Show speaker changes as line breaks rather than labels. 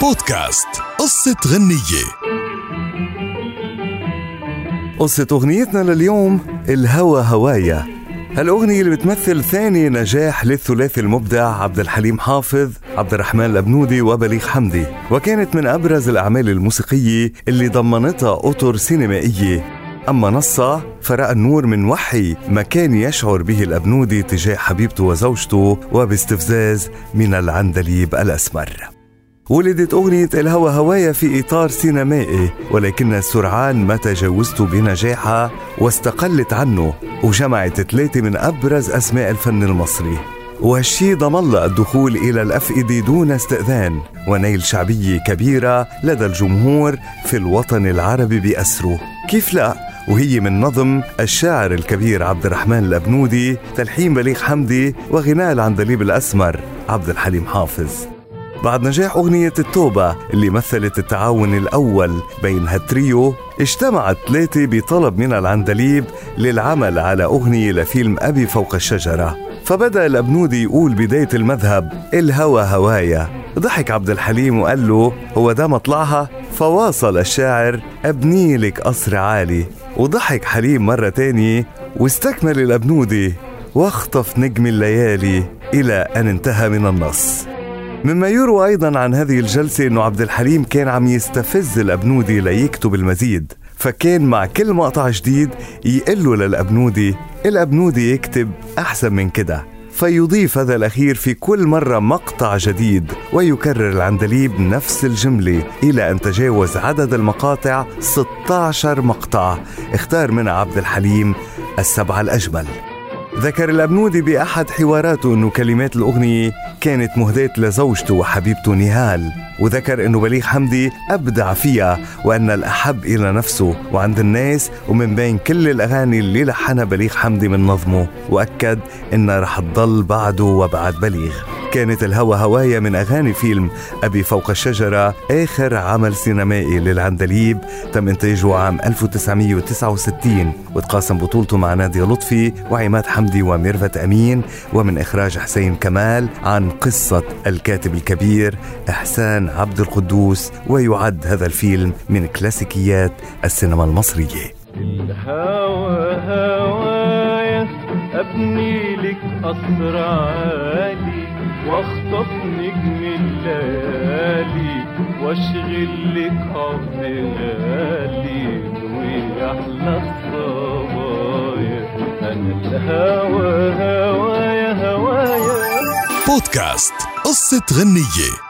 بودكاست قصة غنية. قصة أغنيتنا لليوم الهوى هوايا، هالأغنية اللي بتمثل ثاني نجاح للثلاثي المبدع عبد الحليم حافظ، عبد الرحمن الأبنودي وبليغ حمدي، وكانت من أبرز الأعمال الموسيقية اللي ضمنتها أطر سينمائية. أما نصها فرأى النور من وحي ما كان يشعر به الأبنودي تجاه حبيبته وزوجته وباستفزاز من العندليب الأسمر. ولدت أغنية الهوى هوايا في إطار سينمائي، ولكنها سرعان ما تجاوزت بنجاحها واستقلت عنه، وجمعت ثلاثة من أبرز أسماء الفن المصري، وهالشي ضمن لها الدخول إلى الأفئدة دون استئذان ونيل شعبية كبيرة لدى الجمهور في الوطن العربي بأسره. كيف لا وهي من نظم الشاعر الكبير عبد الرحمن الأبنودي، تلحين بليغ حمدي، وغناء العندليب الأسمر عبد الحليم حافظ. بعد نجاح أغنية التوبة اللي مثلت التعاون الأول بين هالتريو، اجتمعت ثلاثة بطلب من العندليب للعمل على أغنية لفيلم أبي فوق الشجرة. فبدأ الأبنودي يقول بداية المذهب الهوى هوايا، ضحك عبد الحليم وقال له هو ده مطلعها؟ فواصل الشاعر أبني لك قصر عالي، وضحك حليم مرة تانية واستكمل الأبنودي واخطف نجم الليالي إلى أن انتهى من النص. مما يروى أيضا عن هذه الجلسة أنه عبد الحليم كان عم يستفز الأبنودي ليكتب المزيد، فكان مع كل مقطع جديد يقله للأبنودي الأبنودي يكتب أحسن من كده، فيضيف هذا الأخير في كل مرة مقطع جديد، ويكرر العندليب نفس الجملة إلى أن تجاوز عدد المقاطع 16 مقطع اختار منها عبد الحليم السبعة الأجمل. ذكر الأبنودي بأحد حواراته أنه كلمات الأغنية كانت مهداة لزوجته وحبيبته نهال، وذكر أنه بليغ حمدي أبدع فيها وأن الأحب إلى نفسه وعند الناس ومن بين كل الأغاني اللي لحنها بليغ حمدي من نظمه، وأكد أنها رح تضل بعده وبعد بليغ. كانت الهوى هوايا من أغاني فيلم أبي فوق الشجرة، آخر عمل سينمائي للعندليب تم إنتاجه عام 1969، وتقاسم بطولته مع نادية لطفي وعماد حمدي وميرفت أمين، ومن إخراج حسين كمال، عن قصة الكاتب الكبير إحسان عبد القدوس، ويعد هذا الفيلم من كلاسيكيات السينما المصرية.
الهوى هوايا أبني لك قصر عالي، واخطف نجم الليالي، واشغل لك حب غالي، ويحلى الصبايا. أنا الهوى هوايا هوايا.
بودكاست قصة غنية.